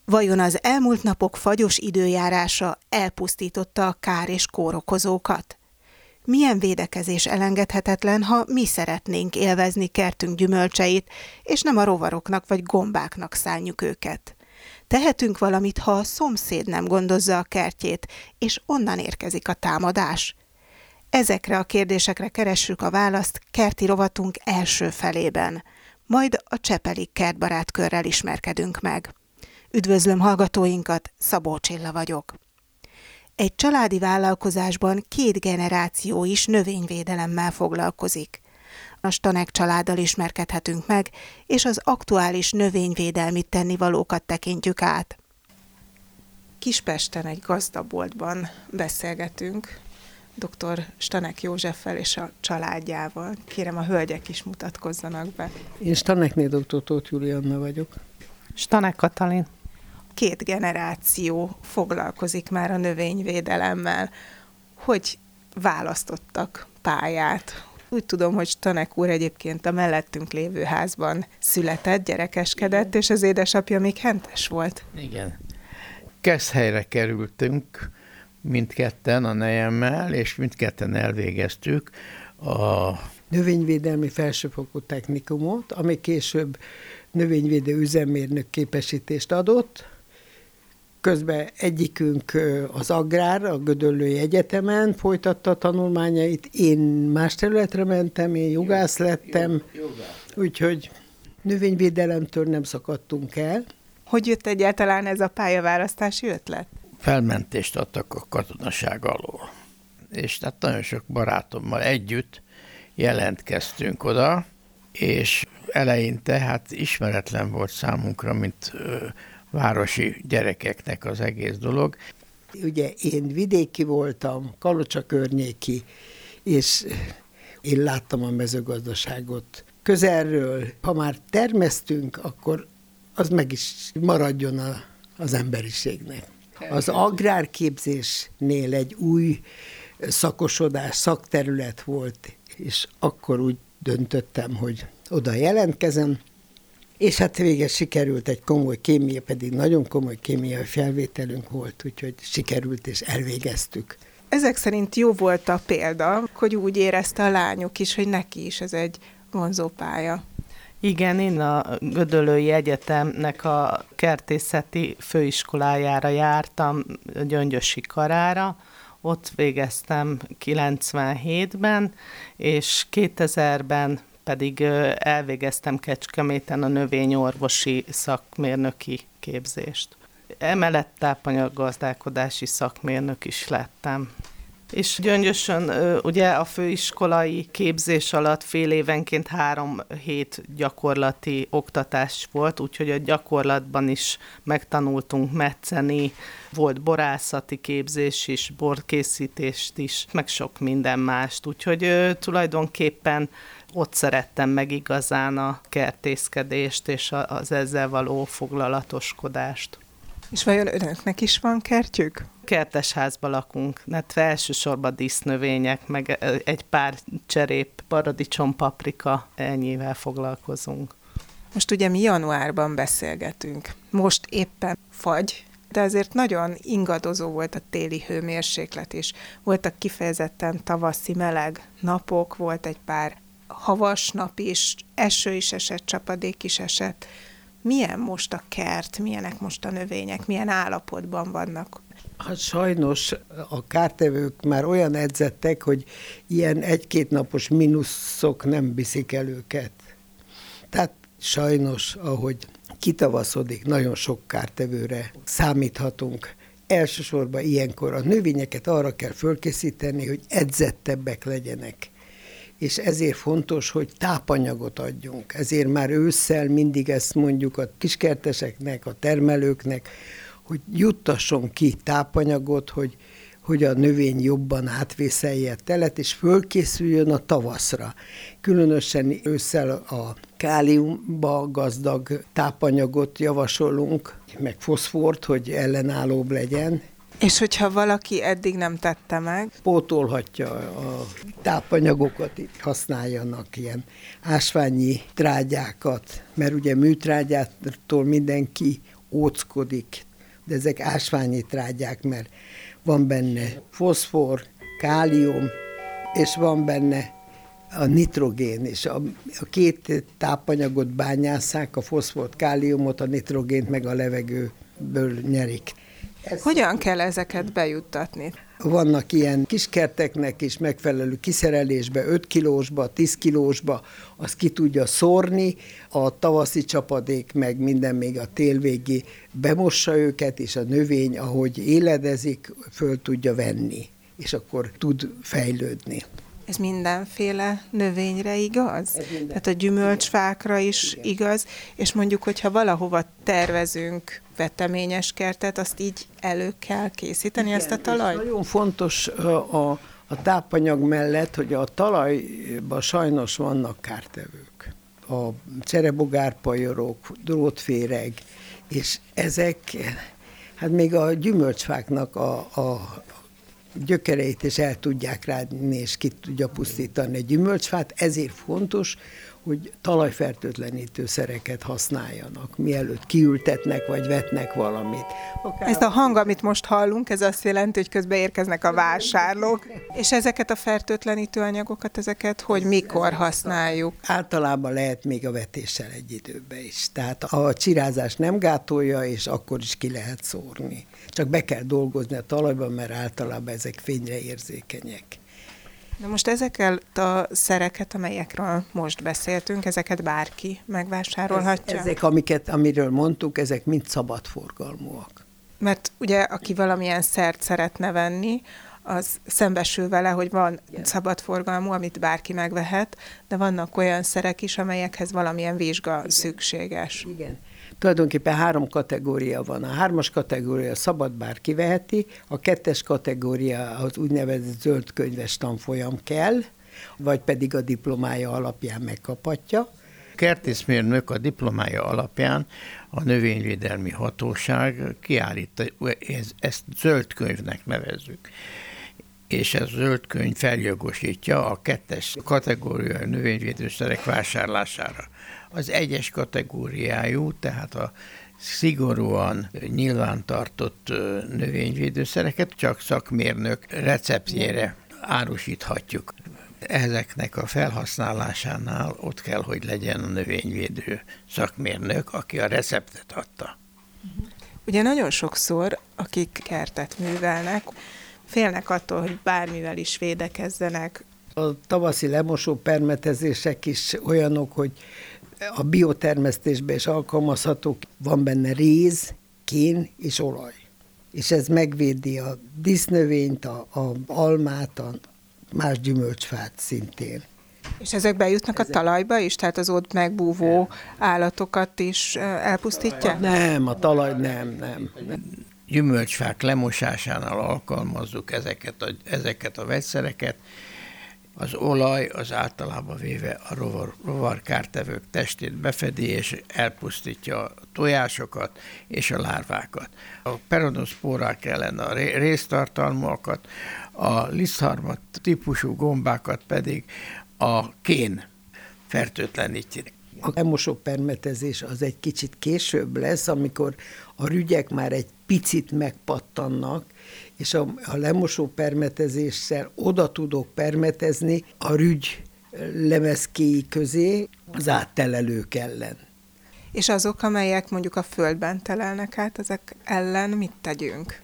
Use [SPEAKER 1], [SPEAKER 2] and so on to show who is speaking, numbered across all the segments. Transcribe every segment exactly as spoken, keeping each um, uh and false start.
[SPEAKER 1] Vajon az elmúlt napok fagyos időjárása elpusztította a kár- és kórokozókat? Milyen védekezés elengedhetetlen, ha mi szeretnénk élvezni kertünk gyümölcseit, és nem a rovaroknak vagy gombáknak szánjuk őket? Tehetünk valamit, ha a szomszéd nem gondozza a kertjét, és onnan érkezik a támadás? Ezekre a kérdésekre keressük a választ kerti rovatunk első felében. Majd a Csepeli kertbarát körrel ismerkedünk meg. Üdvözlöm hallgatóinkat, Szabó Csilla vagyok. Egy családi vállalkozásban két generáció is növényvédelemmel foglalkozik. A Stanek családdal ismerkedhetünk meg, és az aktuális növényvédelmi tennivalókat tekintjük át. Kispesten egy gazdaboltban beszélgetünk dr. Stanek Józseffel és a családjával. Kérem, a hölgyek is mutatkozzanak be.
[SPEAKER 2] Én Stanekné dr. Tóth Julianna vagyok.
[SPEAKER 3] Stanek Katalin.
[SPEAKER 1] Két generáció foglalkozik már a növényvédelemmel. Hogy választottak pályát? Úgy tudom, hogy Stanek úr egyébként a mellettünk lévő házban született, gyerekeskedett, és az édesapja még hentes volt.
[SPEAKER 4] Igen. Keszthelyre kerültünk mindketten a nejemmel, és mindketten elvégeztük a
[SPEAKER 2] növényvédelmi felsőfokú technikumot, ami később növényvédő üzemmérnök képesítést adott. Közben egyikünk az agrár, a Gödöllői Egyetemen folytatta a tanulmányait, én más területre mentem, én jogász lettem, úgyhogy növényvédelemtől nem szakadtunk el.
[SPEAKER 1] Hogy jött egyáltalán ez a pályaválasztási ötlet?
[SPEAKER 4] Felmentést adtak a katonaság alól. És tehát nagyon sok barátommal együtt jelentkeztünk oda, és eleinte hát ismeretlen volt számunkra, mint ö, városi gyerekeknek az egész dolog.
[SPEAKER 2] Ugye én vidéki voltam, Kalocsa környéki, és én láttam a mezőgazdaságot közelről. Ha már termesztünk, akkor az meg is maradjon a, az emberiségnek. Az agrárképzésnél egy új szakosodás, szakterület volt, és akkor úgy döntöttem, hogy oda jelentkezem, és hát végül sikerült egy komoly kémia, pedig nagyon komoly kémiai felvételünk volt, úgyhogy sikerült és elvégeztük.
[SPEAKER 1] Ezek szerint jó volt a példa, hogy úgy érezte a lányuk is, hogy neki is ez egy vonzó pálya.
[SPEAKER 3] Igen, én a Gödöllői Egyetemnek a kertészeti főiskolájára jártam, Gyöngyösi Karára. Ott végeztem kilencvenhétben, és kétezerben pedig elvégeztem Kecskeméten a növényorvosi szakmérnöki képzést. Emellett tápanyaggazdálkodási szakmérnök is lettem. És Gyöngyösön ugye a főiskolai képzés alatt fél évenként három hét gyakorlati oktatás volt, úgyhogy a gyakorlatban is megtanultunk metszeni, volt borászati képzés is, borkészítést is, meg sok minden mást. Úgyhogy tulajdonképpen ott szerettem meg igazán a kertészkedést és az ezzel való foglalatoskodást.
[SPEAKER 1] És vajon önöknek is van kertjük?
[SPEAKER 3] Kertesházban lakunk, mert elsősorban dísznövények, meg egy pár cserép, paradicsom, paprika, ennyivel foglalkozunk.
[SPEAKER 1] Most ugye mi januárban beszélgetünk. Most éppen fagy, de azért nagyon ingadozó volt a téli hőmérséklet is. Voltak kifejezetten tavaszi meleg napok, volt egy pár havas nap is, eső is esett, csapadék is esett. Milyen most a kert, milyenek most a növények, milyen állapotban vannak?
[SPEAKER 2] Hát sajnos a kártevők már olyan edzettek, hogy ilyen egy-két napos mínuszok nem viszik el őket. Tehát sajnos, ahogy kitavaszodik, nagyon sok kártevőre számíthatunk. Elsősorban ilyenkor a növényeket arra kell fölkészíteni, hogy edzettebbek legyenek. És ezért fontos, hogy tápanyagot adjunk. Ezért már ősszel mindig ezt mondjuk a kiskerteseknek, a termelőknek, hogy juttasson ki tápanyagot, hogy, hogy a növény jobban átvészelje a telet, és fölkészüljön a tavaszra. Különösen ősszel a káliumba gazdag tápanyagot javasolunk, meg foszfort, hogy ellenállóbb legyen.
[SPEAKER 1] És hogyha valaki eddig nem tette meg?
[SPEAKER 2] Pótolhatja a tápanyagokat, itt használjanak ilyen ásványi trágyákat, mert ugye műtrágyától mindenki óckodik, de ezek ásványi trágyák, mert van benne foszfor, kálium, és van benne a nitrogén, és a, a két tápanyagot bányásszák, a foszfort, káliumot, a nitrogént meg a levegőből nyerik.
[SPEAKER 1] Ez Hogyan kell ezeket bejuttatni?
[SPEAKER 2] Vannak ilyen kiskerteknek is megfelelő kiszerelésbe, öt kilósba, tíz kilósba, azt ki tudja szórni, a tavaszi csapadék meg minden még a télvégi bemossa őket, és a növény, ahogy éledezik, föl tudja venni, és akkor tud fejlődni.
[SPEAKER 1] Ez mindenféle növényre igaz? Minden. Tehát a gyümölcsfákra is igen. igaz, és mondjuk, hogyha valahova tervezünk veteményes kertet, azt így elő kell készíteni igen, ezt a talajt?
[SPEAKER 2] Nagyon fontos a, a tápanyag mellett, hogy a talajban sajnos vannak kártevők. A cserebogárpajorok, drótféreg, és ezek, hát még a gyümölcsfáknak a, a gyökereit is el tudják rádni, és ki tudja pusztítani egy gyümölcsfát, ezért fontos, hogy talajfertőtlenítő szereket használjanak, mielőtt kiültetnek, vagy vetnek valamit.
[SPEAKER 1] Akár ez a hang, amit most hallunk, ez azt jelenti, hogy közben érkeznek a vásárlók. És ezeket a fertőtlenítő anyagokat, ezeket hogy mikor használjuk?
[SPEAKER 2] Általában lehet még a vetéssel egy időben is. Tehát a csirázás nem gátolja, és akkor is ki lehet szórni. Csak be kell dolgozni a talajban, mert általában ezek fényre érzékenyek.
[SPEAKER 1] Na most ezeket a szereket, amelyekről most beszéltünk, ezeket bárki megvásárolhatja?
[SPEAKER 2] Ez, ezek, amiket, amiről mondtuk, ezek mind szabadforgalmúak.
[SPEAKER 1] Mert ugye, aki valamilyen szert szeretne venni, az szembesül vele, hogy van igen. szabadforgalmú, amit bárki megvehet, de vannak olyan szerek is, amelyekhez valamilyen vizsga igen. szükséges.
[SPEAKER 2] Igen. Tulajdonképpen három kategória van. A hármas kategória szabad bárki veheti, a kettes kategória az úgynevezett zöldkönyves tanfolyam kell, vagy pedig a diplomája alapján megkaphatja.
[SPEAKER 4] Kertészmérnök a diplomája alapján a növényvédelmi hatóság kiállítta, ezt zöldkönyvnek nevezzük. És ez a zöldkönyv feljogosítja a kettes kategóriai növényvédőszerek vásárlására. Az egyes kategóriájú, tehát a szigorúan nyilvántartott növényvédőszereket csak szakmérnök receptjére árusíthatjuk. Ezeknek a felhasználásánál ott kell, hogy legyen a növényvédő szakmérnök, aki a receptet adta.
[SPEAKER 1] Ugye nagyon sokszor, akik kertet művelnek, félnek attól, hogy bármivel is védekezzenek.
[SPEAKER 2] A tavaszi lemosó permetezések is olyanok, hogy a biotermesztésben is alkalmazhatók, van benne réz, kén és olaj. És ez megvédi a dísznövényt, a, a almát, a más gyümölcsfát szintén.
[SPEAKER 1] És ezek bejutnak ezek... a talajba is? Tehát az ott megbúvó állatokat is elpusztítják?
[SPEAKER 2] Nem, a talaj nem, nem.
[SPEAKER 4] Gyümölcsfák lemosásánál alkalmazzuk ezeket a, ezeket a vegyszereket. Az olaj az általában véve a rovar, rovarkártevők testét befedi, és elpusztítja a tojásokat és a lárvákat. A peronoszpórák ellen a réztartalmakat, a lisztharmat típusú gombákat pedig a kén fertőtleníti.
[SPEAKER 2] A lemosó permetezés az egy kicsit később lesz, amikor a rügyek már egy picit megpattannak, és a, a lemosó permetezéssel oda tudok permetezni a rügy lemezkéi közé az áttelelők ellen.
[SPEAKER 1] És azok, amelyek mondjuk a földben telelnek át, ezek ellen mit tegyünk?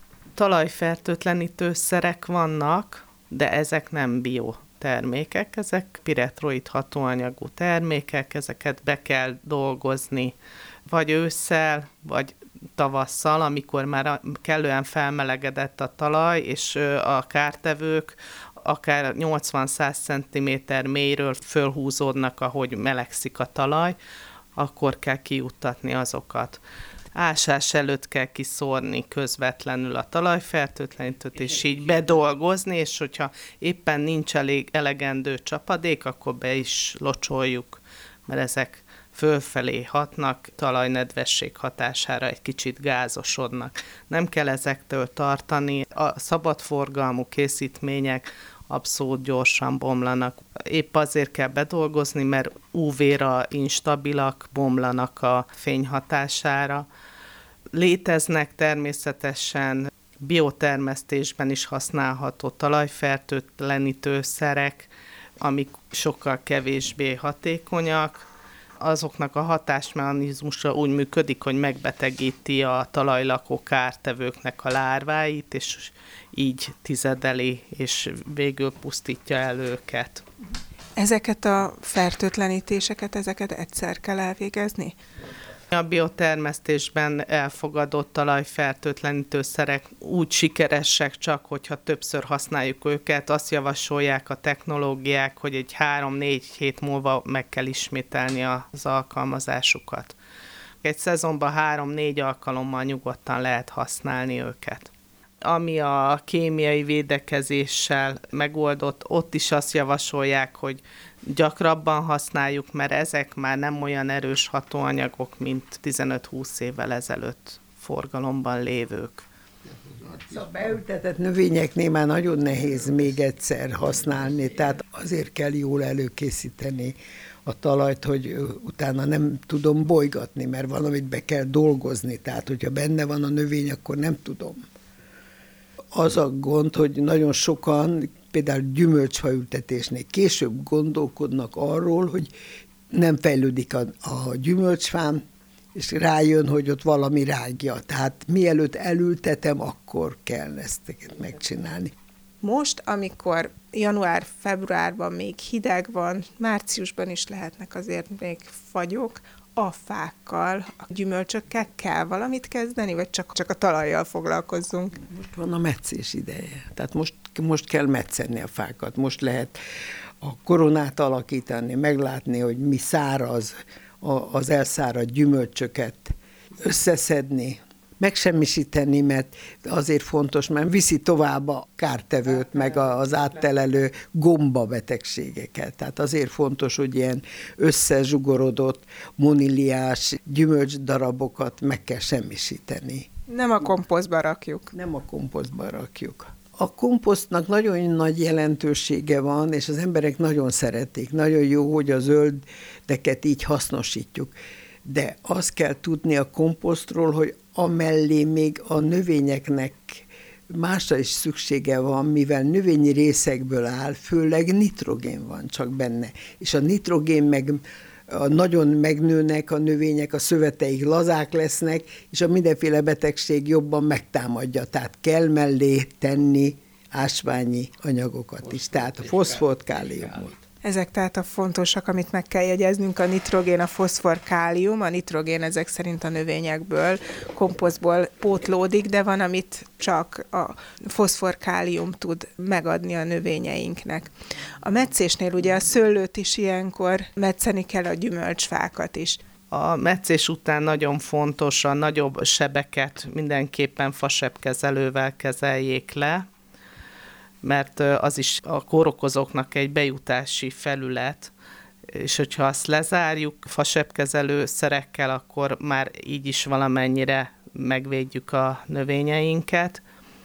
[SPEAKER 3] Talajfertőtlenítő szerek vannak, de ezek nem bio termékek, ezek piretroid hatóanyagú termékek, ezeket be kell dolgozni, vagy ősszel, vagy tavasszal, amikor már kellően felmelegedett a talaj, és a kártevők akár nyolcvan-száz centiméter mélyről fölhúzódnak, ahogy melegszik a talaj, akkor kell kijuttatni azokat. Ásás előtt kell kiszórni közvetlenül a talajfertőtlenítőt, és így bedolgozni, és hogyha éppen nincs elég elegendő csapadék, akkor be is locsoljuk, mert ezek fölfelé hatnak, talajnedvesség hatására egy kicsit gázosodnak. Nem kell ezektől tartani, a szabadforgalmú készítmények abszolút gyorsan bomlanak. Épp azért kell bedolgozni, mert ú vé-ra instabilak, bomlanak a fény hatására. Léteznek természetesen biotermesztésben is használható talajfertőtlenítőszerek, amik sokkal kevésbé hatékonyak. Azoknak a hatásmechanizmusa úgy működik, hogy megbetegíti a talajlakó kártevőknek a lárváit, és így tizedeli, és végül pusztítja el őket.
[SPEAKER 1] Ezeket a fertőtlenítéseket, ezeket egyszer kell elvégezni?
[SPEAKER 3] A biotermesztésben elfogadott talajfertőtlenítőszerek úgy sikeresek csak, hogyha többször használjuk őket. Azt javasolják a technológiák, hogy egy három-négy hét múlva meg kell ismételni az alkalmazásukat. Egy szezonban három-négy alkalommal nyugodtan lehet használni őket. Ami a kémiai védekezéssel megoldott, ott is azt javasolják, hogy gyakrabban használjuk, mert ezek már nem olyan erős hatóanyagok, mint tizenöt-húsz évvel ezelőtt forgalomban lévők.
[SPEAKER 2] A beültetett növényeknél már nagyon nehéz még egyszer használni, tehát azért kell jól előkészíteni a talajt, hogy utána nem tudom bolygatni, mert valamit be kell dolgozni, tehát hogyha benne van a növény, akkor nem tudom. Az a gond, hogy nagyon sokan, például gyümölcsfaültetésnél később gondolkodnak arról, hogy nem fejlődik a, a gyümölcsfám, és rájön, hogy ott valami rágja. Tehát mielőtt elültetem, akkor kell ezt megcsinálni.
[SPEAKER 1] Most, amikor január-februárban még hideg van, márciusban is lehetnek azért még fagyok, a fákkal, a gyümölcsökkel kell valamit kezdeni, vagy csak, csak a talajjal foglalkozzunk?
[SPEAKER 2] Most van a metszés ideje. Tehát most, most kell metszetni a fákat. Most lehet a koronát alakítani, meglátni, hogy mi száraz, az elszáradt gyümölcsöket összeszedni, megsemmisíteni, mert azért fontos, mert viszi tovább a kártevőt, meg az áttelelő gombabetegségeket. Tehát azért fontos, hogy ilyen összezsugorodott, moniliás gyümölcsdarabokat meg kell semmisíteni.
[SPEAKER 1] Nem a komposztba rakjuk.
[SPEAKER 2] Nem a komposztba rakjuk. A komposztnak nagyon nagy jelentősége van, és az emberek nagyon szeretik. Nagyon jó, hogy a zöldeket így hasznosítjuk. De azt kell tudni a komposztról, hogy amellé még a növényeknek másra is szüksége van, mivel növényi részekből áll, főleg nitrogén van csak benne. És a nitrogén meg nagyon megnőnek a növények, a szöveteik lazák lesznek, és a mindenféle betegség jobban megtámadja. Tehát kell mellé tenni ásványi anyagokat is, tehát a foszfort, káliumot.
[SPEAKER 1] Ezek tehát a fontosak, amit meg kell jegyeznünk, a nitrogén, a foszfor, kálium. A nitrogén ezek szerint a növényekből, komposztból pótlódik, de van, amit csak a foszfor, kálium tud megadni a növényeinknek. A metszésnél ugye a szőlőt is ilyenkor metszeni kell, a gyümölcsfákat is.
[SPEAKER 3] A metszés után nagyon fontos, a nagyobb sebeket mindenképpen fasebkezelővel kezeljék le, mert az is a kórokozóknak egy bejutási felület, és hogyha azt lezárjuk fasebkezelő szerekkel, akkor már így is valamennyire megvédjük a növényeinket.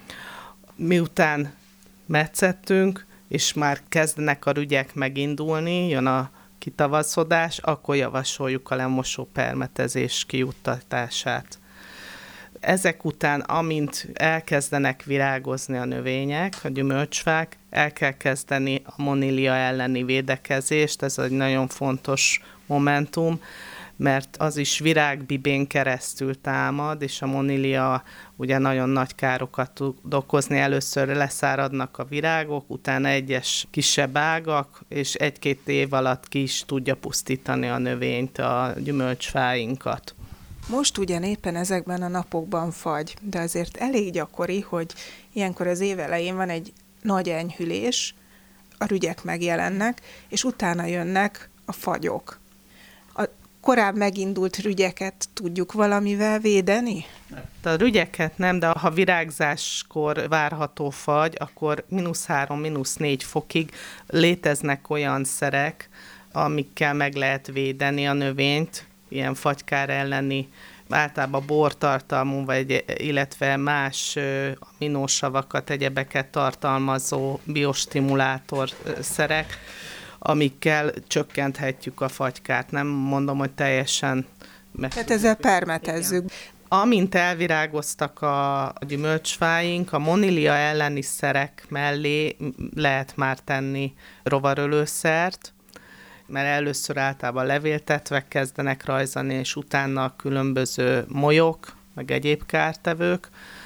[SPEAKER 3] Miután metszettünk, és már kezdenek a rügyek megindulni, jön a kitavaszodás, akkor javasoljuk a lemosó permetezés kijuttatását. Ezek után, amint elkezdenek virágozni a növények, a gyümölcsfák, el kell kezdeni a monilia elleni védekezést, ez egy nagyon fontos momentum, mert az is virágbibén keresztül támad, és a monilia ugye nagyon nagy károkat tud okozni. Először leszáradnak a virágok, utána egyes kisebb ágak, és egy-két év alatt ki is tudja pusztítani a növényt, a gyümölcsfáinkat.
[SPEAKER 1] Most ugyan éppen ezekben a napokban fagy, de azért elég gyakori, hogy ilyenkor az év elején van egy nagy enyhülés, a rügyek megjelennek, és utána jönnek a fagyok. A korábban megindult rügyeket tudjuk valamivel védeni?
[SPEAKER 3] A rügyeket nem, de ha virágzáskor várható fagy, akkor mínusz három, mínusz négy fokig léteznek olyan szerek, amikkel meg lehet védeni a növényt, ilyen fagykár elleni, általában bortartalmú, vagy, illetve más aminósavakat, egyebeket tartalmazó biostimulátor szerek, amikkel csökkenthetjük a fagykárt. Nem mondom, hogy teljesen meg.
[SPEAKER 1] Tehát ezzel permetezzük.
[SPEAKER 3] Amint elvirágoztak a gyümölcsfáink, a monilia elleni szerek mellé lehet már tenni rovarölőszert, mert először általában levéltetvek kezdenek rajzani, és utána különböző molyok, meg egyéb kártevők,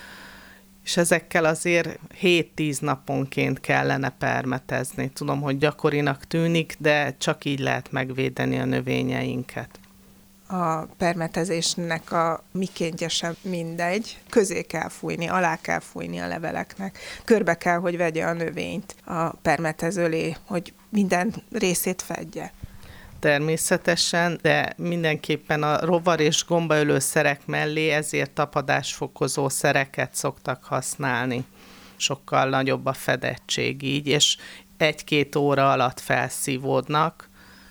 [SPEAKER 3] és ezekkel azért hét-tíz naponként kellene permetezni. Tudom, hogy gyakorinak tűnik, de csak így lehet megvédeni a növényeinket.
[SPEAKER 5] A permetezésnek a mikéntje sem mindegy. Közé kell fújni, alá kell fújni a leveleknek. Körbe kell, hogy vegye a növényt a permetezőlé, hogy minden részét fedje.
[SPEAKER 3] Természetesen, de mindenképpen a rovar és gombaölő szerek mellé ezért tapadásfokozó szereket szoktak használni. Sokkal nagyobb a fedettség így, és egy-két óra alatt felszívódnak,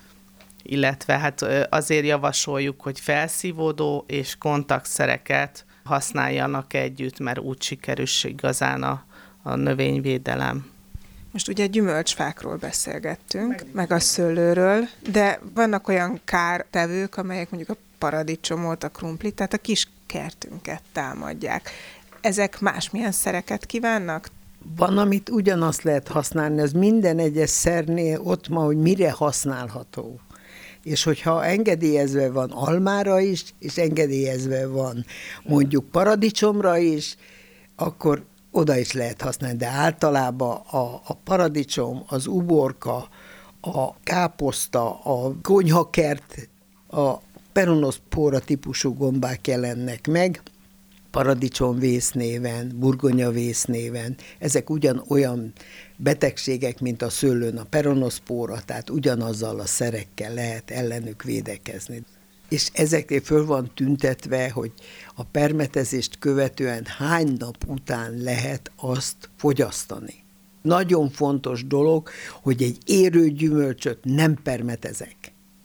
[SPEAKER 3] illetve hát azért javasoljuk, hogy felszívódó és kontaktszereket használjanak együtt, mert úgy sikerül igazán a, a növényvédelem.
[SPEAKER 5] Most ugye gyümölcsfákról beszélgettünk, meg, meg a szőlőről, de vannak olyan kártevők, amelyek mondjuk a paradicsomot, a krumplit, tehát a kis kertünket támadják. Ezek másmilyen szereket kívánnak?
[SPEAKER 2] Van, amit ugyanazt lehet használni, ez minden egyes szernél ott ma, hogy mire használható. És hogyha engedélyezve van almára is, és engedélyezve van mondjuk paradicsomra is, akkor oda is lehet használni, de általában a, a paradicsom, az uborka, a káposzta, a konyhakert, a peronoszpora típusú gombák jelennek meg, paradicsomvész néven, burgonyavész néven. Ezek ugyanolyan betegségek, mint a szőlőn a peronoszpora, tehát ugyanazzal a szerekkel lehet ellenük védekezni. És ezeknél föl van tüntetve, hogy a permetezést követően hány nap után lehet azt fogyasztani. Nagyon fontos dolog, hogy egy érő gyümölcsöt nem permetezek.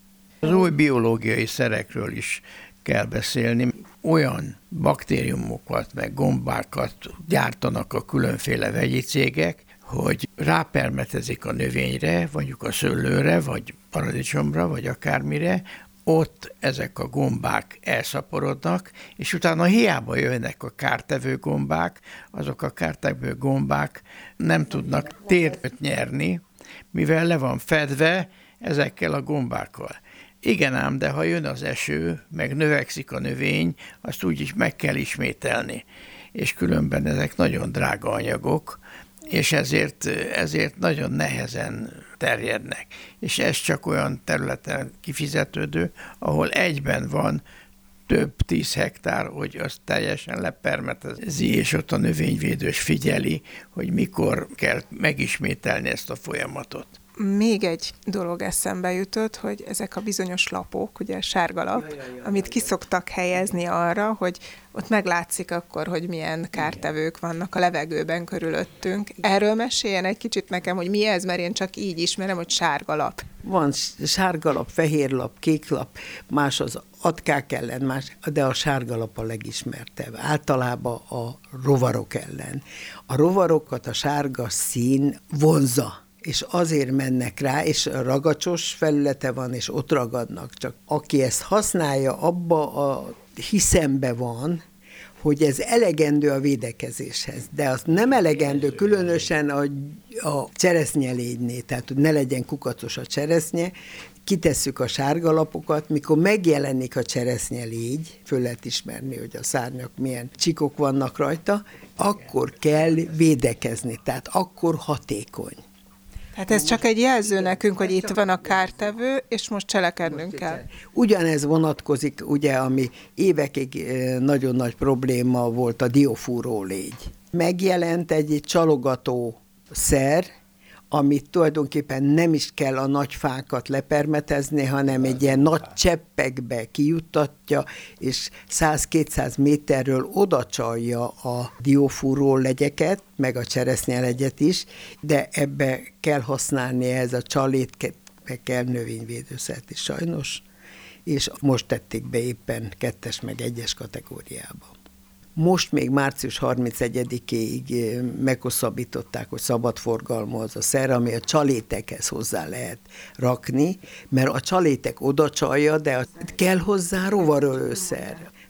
[SPEAKER 4] Az új biológiai szerekről is kell beszélni. Olyan baktériumokat, meg gombákat gyártanak a különféle vegyi cégek, hogy rápermetezik a növényre, mondjuk a szőlőre, vagy paradicsomra, vagy akármire, ott ezek a gombák elszaporodnak, és utána hiába jönnek a kártevő gombák, azok a kártevő gombák nem tudnak tért nyerni, mivel le van fedve ezekkel a gombákkal. Igen ám, de ha jön az eső, meg növekszik a növény, azt úgyis meg kell ismételni. És különben ezek nagyon drága anyagok, és ezért, ezért nagyon nehezen terjednek. És ez csak olyan területen kifizetődő, ahol egyben van több tíz hektár, hogy azt teljesen lepermetezi, és ott a növényvédős figyeli, hogy mikor kell megismételni ezt a folyamatot.
[SPEAKER 5] Még egy dolog eszembe jutott, hogy ezek a bizonyos lapok, ugye sárga lap, ja, ja, ja, amit ki szoktak helyezni arra, hogy ott meglátszik akkor, hogy milyen kártevők vannak a levegőben körülöttünk. Erről meséljen egy kicsit nekem, hogy mi ez, mert én csak így ismerem, hogy sárga lap.
[SPEAKER 2] Van sárga lap, fehér lap, kék lap, más az atkák ellen, más, de a sárga lap a legismertebb. Általában a rovarok ellen. A rovarokat a sárga szín vonzza, és azért mennek rá, és ragacsos felülete van, és ott ragadnak. Csak aki ezt használja, abba a hiszembe van, hogy ez elegendő a védekezéshez. De az nem elegendő, különösen a, a cseresznyelégynél, tehát hogy ne legyen kukacos a cseresznye, kitesszük a sárga lapokat, mikor megjelenik a cseresznyelégy, föl lehet ismerni, hogy a szárnyak milyen csikok vannak rajta, akkor kell védekezni, tehát akkor hatékony.
[SPEAKER 5] Hát ez csak egy jelző nekünk, hogy itt van a kártevő, és most cselekednünk kell.
[SPEAKER 2] Ugyanez vonatkozik, ugye, ami évekig nagyon nagy probléma volt a diofúrólégy. Megjelent egy csalogató szer, amit tulajdonképpen nem is kell a nagy fákat lepermetezni, hanem egy ilyen nagy cseppekbe kijuttatja, és száz-kétszáz méterről odacsalja a diófúró legyeket, meg a cseresznyelegyet is, de ebbe kell használni, ez a csalétbe kell növényvédőszert is sajnos, és most tették be éppen kettes meg egyes kategóriába. Most még március harmincegyedikéig meghosszabbították, hogy szabad forgalmú az a szer, ami a csalétekhez hozzá lehet rakni, mert a csalétek oda csalja, de kell hozzá rovarölőszer.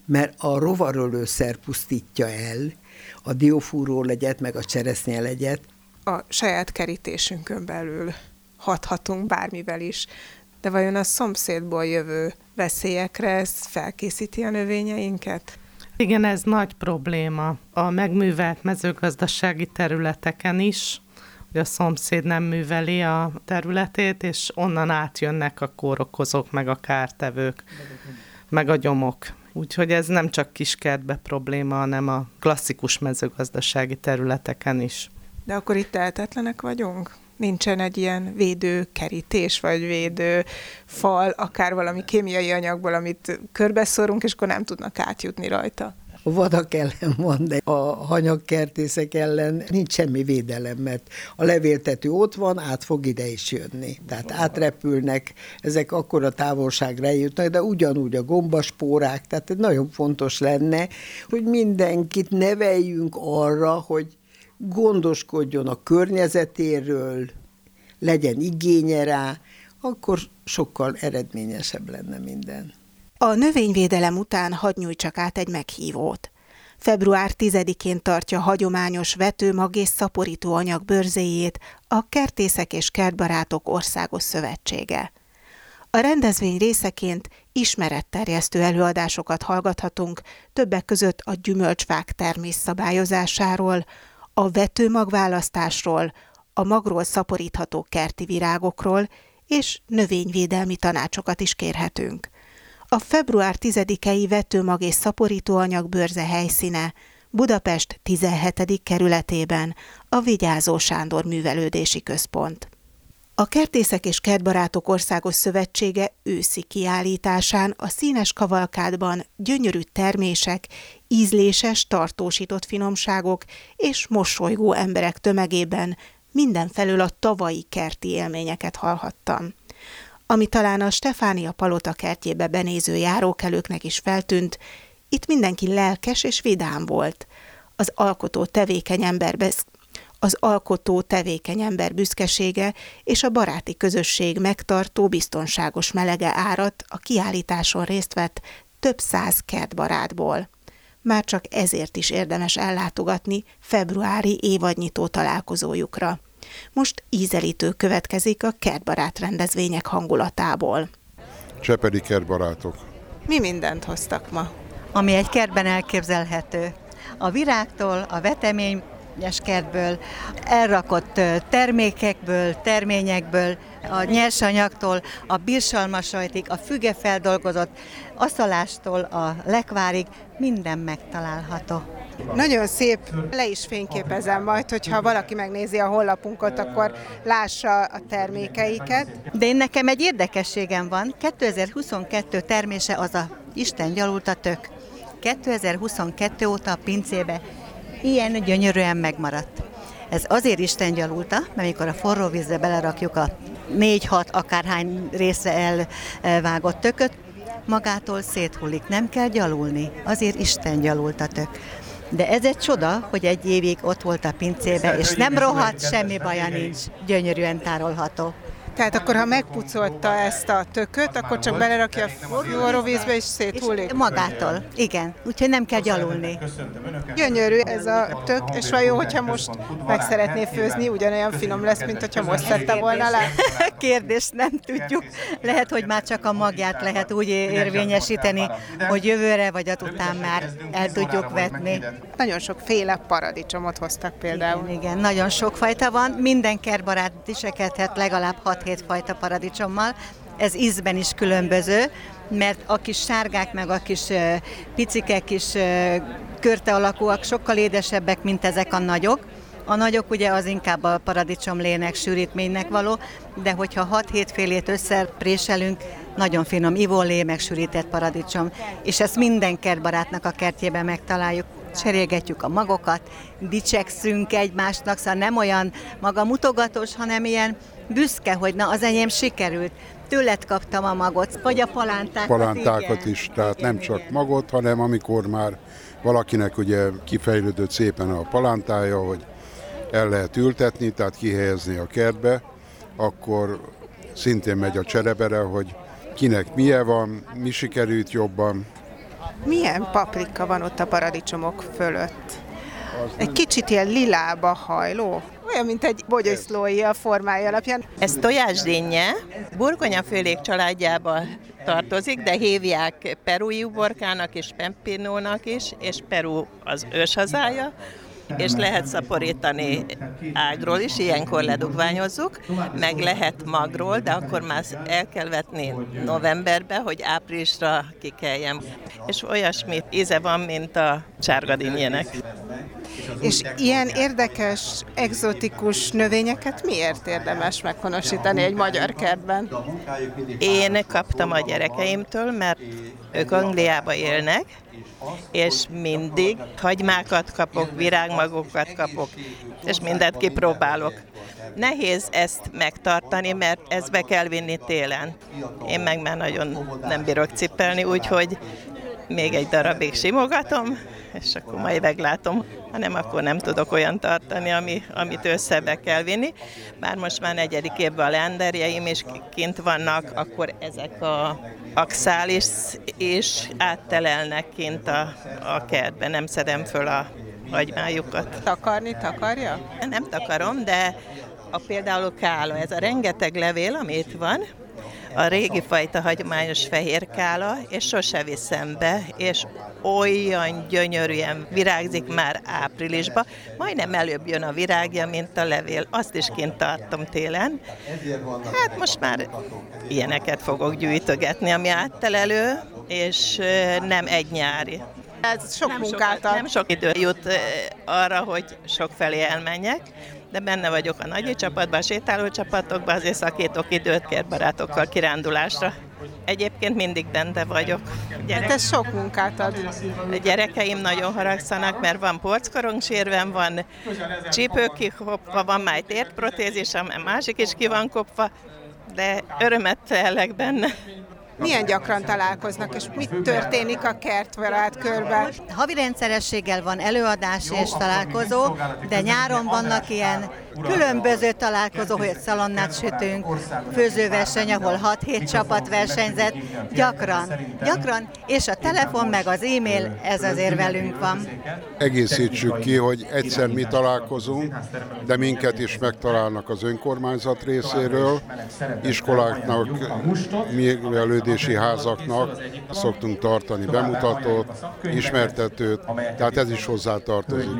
[SPEAKER 2] mert a rovarölőszer pusztítja el a diófúrólegyet, meg a cseresznyelegyet.
[SPEAKER 5] A saját kerítésünkön belül hathatunk bármivel is, de vajon a szomszédból jövő veszélyekre ez felkészíti a növényeinket?
[SPEAKER 3] Igen, ez nagy probléma. A megművelt mezőgazdasági területeken is, hogy a szomszéd nem műveli a területét, és onnan átjönnek a kórokozók, meg a kártevők, meg a gyomok. Úgyhogy ez nem csak kiskertbe probléma, hanem a klasszikus mezőgazdasági területeken is.
[SPEAKER 5] De akkor itt tehetetlenek vagyunk? Nincsen egy ilyen védő kerítés, vagy védő fal, akár valami kémiai anyagból, amit körbeszorunk, és akkor nem tudnak átjutni rajta.
[SPEAKER 2] A vadak ellen van, de a hanyagkertészek ellen nincs semmi védelem, mert a levéltető ott van, át fog ide is jönni. Tehát átrepülnek, ezek akkora távolságra eljutnak, de ugyanúgy a gombaspórák, tehát nagyon fontos lenne, hogy mindenkit neveljünk arra, hogy gondoskodjon a környezetéről, legyen igénye rá, akkor sokkal eredményesebb lenne minden.
[SPEAKER 1] A növényvédelem után hadd nyújtsak át egy meghívót. február tizedikén tartja hagyományos vetőmag és szaporítóanyag bőrzéjét a Kertészek és Kertbarátok Országos Szövetsége. A rendezvény részeként ismeretterjesztő előadásokat hallgathatunk, többek között a gyümölcsfák termésszabályozásáról, a vetőmagválasztásról, a magról szaporítható kerti virágokról, és növényvédelmi tanácsokat is kérhetünk. A február tizedikei vetőmag és szaporítóanyag bőrze helyszíne Budapest tizenhetedik kerületében a Vigyázó Sándor Művelődési Központ. A Kertészek és Kertbarátok Országos Szövetsége őszi kiállításán a színes kavalkádban gyönyörű termések, ízléses, tartósított finomságok és mosolygó emberek tömegében mindenfelől a tavalyi kerti élményeket hallhattam. Ami talán a Stefánia Palota kertjébe benéző járókelőknek is feltűnt, itt mindenki lelkes és vidám volt. Az alkotó tevékeny ember besz... az alkotó tevékeny ember büszkesége és a baráti közösség megtartó biztonságos melege árat a kiállításon részt vett több száz kertbarátból. Már csak ezért is érdemes ellátogatni februári évadnyitó találkozójukra. Most ízelítő következik a kertbarát rendezvények hangulatából.
[SPEAKER 6] Csepedi kertbarátok.
[SPEAKER 5] Mi mindent hoztak ma?
[SPEAKER 7] Ami egy kertben elképzelhető. A virágtól, a veteményes kertből, elrakott termékekből, terményekből, a nyersanyagtól, a birsalmasajtig, a fügefeldolgozott asztalástól a lekvárig minden megtalálható.
[SPEAKER 5] Nagyon szép, le is fényképezem majd, hogyha valaki megnézi a honlapunkat, akkor lássa a termékeiket.
[SPEAKER 7] De én nekem egy érdekességem van, kétezer-huszonkettő termése az a Isten gyalulta tök. kétezer-huszonkettő óta a pincébe ilyen gyönyörűen megmaradt. Ez azért Isten gyalulta, mert amikor a forró vízbe belerakjuk a négy-hat akárhány részre elvágott tököt, magától széthullik, nem kell gyalulni, azért Isten gyalulta tök. De ez egy csoda, hogy egy évig ott volt a pincébe, és nem rohadt, semmi baja nincs, gyönyörűen tárolható.
[SPEAKER 5] Tehát akkor, ha megpucolta ezt a tököt, akkor csak belerakja a forró vízbe, és széthullik?
[SPEAKER 7] Magától, igen. Úgyhogy nem kell gyalulni.
[SPEAKER 5] Gyönyörű ez a tök, és vajon, hogyha most meg szeretné főzni, ugyanolyan finom lesz, mint hogyha most szedte volna le?
[SPEAKER 7] Kérdés, nem tudjuk. Lehet, hogy már csak a magját lehet úgy érvényesíteni, hogy jövőre vagy azután már el tudjuk vetni.
[SPEAKER 5] Nagyon sokféle paradicsomot hoztak például.
[SPEAKER 7] Igen, igen, nagyon sok fajta van. Minden kertbarát viselkedhet legalább hat-hét fajta paradicsommal. Ez ízben is különböző, mert a kis sárgák, meg a kis uh, picike kis uh, körte alakúak sokkal édesebbek, mint ezek a nagyok. A nagyok ugye az inkább a paradicsomlének, sűrítménynek való, de hogyha hat-hét félét összepréselünk, nagyon finom ivólé, meg sűrített paradicsom, és ezt minden kertbarátnak a kertjében megtaláljuk. Cserélgetjük a magokat, dicsekszünk egymásnak, szóval nem olyan magamutogatós, hanem ilyen büszke, hogy na, az enyém sikerült, tőled kaptam a magot, vagy a palántákat.
[SPEAKER 6] Palántákat
[SPEAKER 7] igen.
[SPEAKER 6] is, tehát
[SPEAKER 7] igen,
[SPEAKER 6] nem csak
[SPEAKER 7] igen.
[SPEAKER 6] magot, hanem amikor már valakinek ugye kifejlődött szépen a palántája, hogy el lehet ültetni, tehát kihelyezni a kertbe, akkor szintén megy a cserebere, hogy kinek milyen van, mi sikerült jobban.
[SPEAKER 5] Milyen paprika van ott a paradicsomok fölött? Egy kicsit ilyen lilába hajló, olyan, mint egy bogyószlói a formája alapján.
[SPEAKER 8] Ez tojásdinnye, burgonyafélék családjába tartozik, de hívják perui uborkának és pempinónak is, és Peru az őshazája, és lehet szaporítani ágról is, ilyenkor ledugványozzuk, meg lehet magról, de akkor már el kell vetni novemberbe, hogy áprilisra kikeljen. És olyasmi íze van, mint a sárgadinnjének.
[SPEAKER 5] És ilyen érdekes, egzotikus növényeket miért érdemes meghonosítani egy magyar kertben?
[SPEAKER 8] Én kaptam a gyerekeimtől, mert ők Angliába élnek, és mindig hagymákat kapok, virágmagokat kapok, és mindent kipróbálok. Nehéz ezt megtartani, mert ezt be kell vinni télen. Én meg már nagyon nem bírok cipelni, úgyhogy még egy darabig simogatom, és akkor majd meglátom, hanem akkor nem tudok olyan tartani, ami, amit összebe kell vinni. Bár most már negyedik évben a lenderjeim is kint vannak, akkor ezek a axális is áttelelnek kint a, a kertben, nem szedem föl a hagymájukat.
[SPEAKER 5] Takarni takarja?
[SPEAKER 8] Nem takarom, de a például kála, ez a rengeteg levél, ami itt van, a régi fajta hagyományos fehér kála, és sose viszem be, és olyan gyönyörűen virágzik már áprilisban, majdnem előbb jön a virágja, mint a levél. Azt is kint tartom télen. Hát most már ilyeneket fogok gyűjtögetni, ami áttelelő, és nem egy nyári.
[SPEAKER 5] Ez sok
[SPEAKER 8] nem
[SPEAKER 5] munkát
[SPEAKER 8] sokat, Nem sok idő jut arra, hogy sokfelé elmenjek, de benne vagyok a nagyi csapatban, a sétáló csapatokban, azért szakítok időt kertbarátokkal kirándulásra. Egyébként mindig benne vagyok.
[SPEAKER 5] Gyerek... Hát ez sok munkát ad.
[SPEAKER 8] A gyerekeim nagyon haragszanak, mert van porckorongcsérvem, van csípő kikopva, van már egy térprotézis, a másik is ki van kopva, de örömet lelek benne.
[SPEAKER 5] Milyen gyakran találkoznak, és mit történik a kertbarát körben?
[SPEAKER 7] Havi rendszerességgel van előadás és találkozó, de nyáron vannak ilyen különböző találkozó, hogy szalonnát sütünk, főzőverseny, ahol hat-hét csapat versenyzett, gyakran, gyakran, és a telefon meg az e-mail, ez azért velünk van.
[SPEAKER 6] Egészítsük ki, hogy egyszer mi találkozunk, de minket is megtalálnak az önkormányzat részéről, iskoláknak, művelődési házaknak szoktunk tartani bemutatót, ismertetőt, tehát ez is hozzátartozik.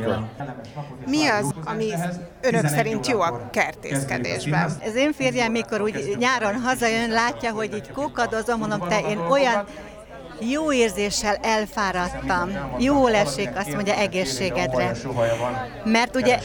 [SPEAKER 5] Mi az, ami önök szerint jó a kertészkedésben?
[SPEAKER 7] Az én férjem, mikor úgy nyáron hazajön, látja, hogy így kókadozom, mondom, te én olyan jó érzéssel elfáradtam, jól esik, azt mondja, egészségedre. Mert ugye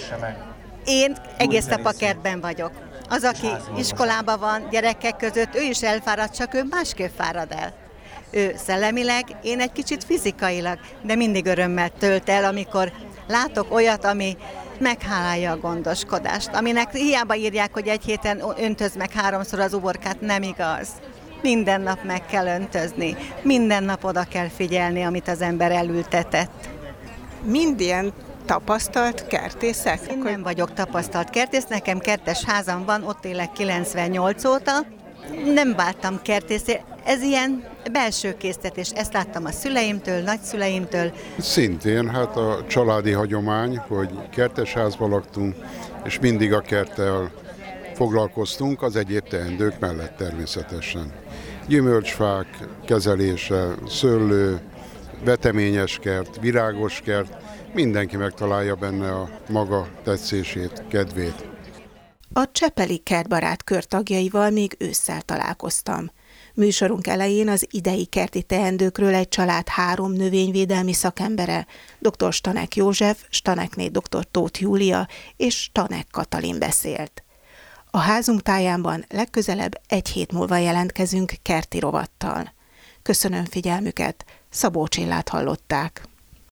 [SPEAKER 7] én egész nap a kertben vagyok. Az, aki iskolában van, gyerekek között, ő is elfárad, csak ő másképp fárad el. Ő szellemileg, én egy kicsit fizikailag, de mindig örömmel tölt el, amikor látok olyat, ami meghálálja a gondoskodást, aminek hiába írják, hogy egy héten öntöz meg háromszor az uborkát, nem igaz. Minden nap meg kell öntözni, minden nap oda kell figyelni, amit az ember elültetett.
[SPEAKER 5] Mind ilyen tapasztalt kertészek?
[SPEAKER 7] Én nem vagyok tapasztalt kertész, nekem kertes házam van, ott élek kilencvennyolc óta. Nem váltam kertészé, ez ilyen belső késztetés. Ezt láttam a szüleimtől, nagyszüleimtől.
[SPEAKER 6] Szintén hát a családi hagyomány, hogy kertesházban laktunk, és mindig a kerttel foglalkoztunk, az egyéb teendők mellett természetesen. Gyümölcsfák kezelése, szőlő, veteményes kert, virágos kert, mindenki megtalálja benne a maga tetszését, kedvét.
[SPEAKER 1] A Csepeli Kertbarát kör tagjaival még ősszel találkoztam. Műsorunk elején az idei kerti teendőkről egy család három növényvédelmi szakembere, dr. Stanek József, Stanekné dr. Tóth Júlia és Stanek Katalin beszélt. A házunk tájában legközelebb egy hét múlva jelentkezünk kerti rovattal. Köszönöm figyelmüket, Szabó Csillát hallották.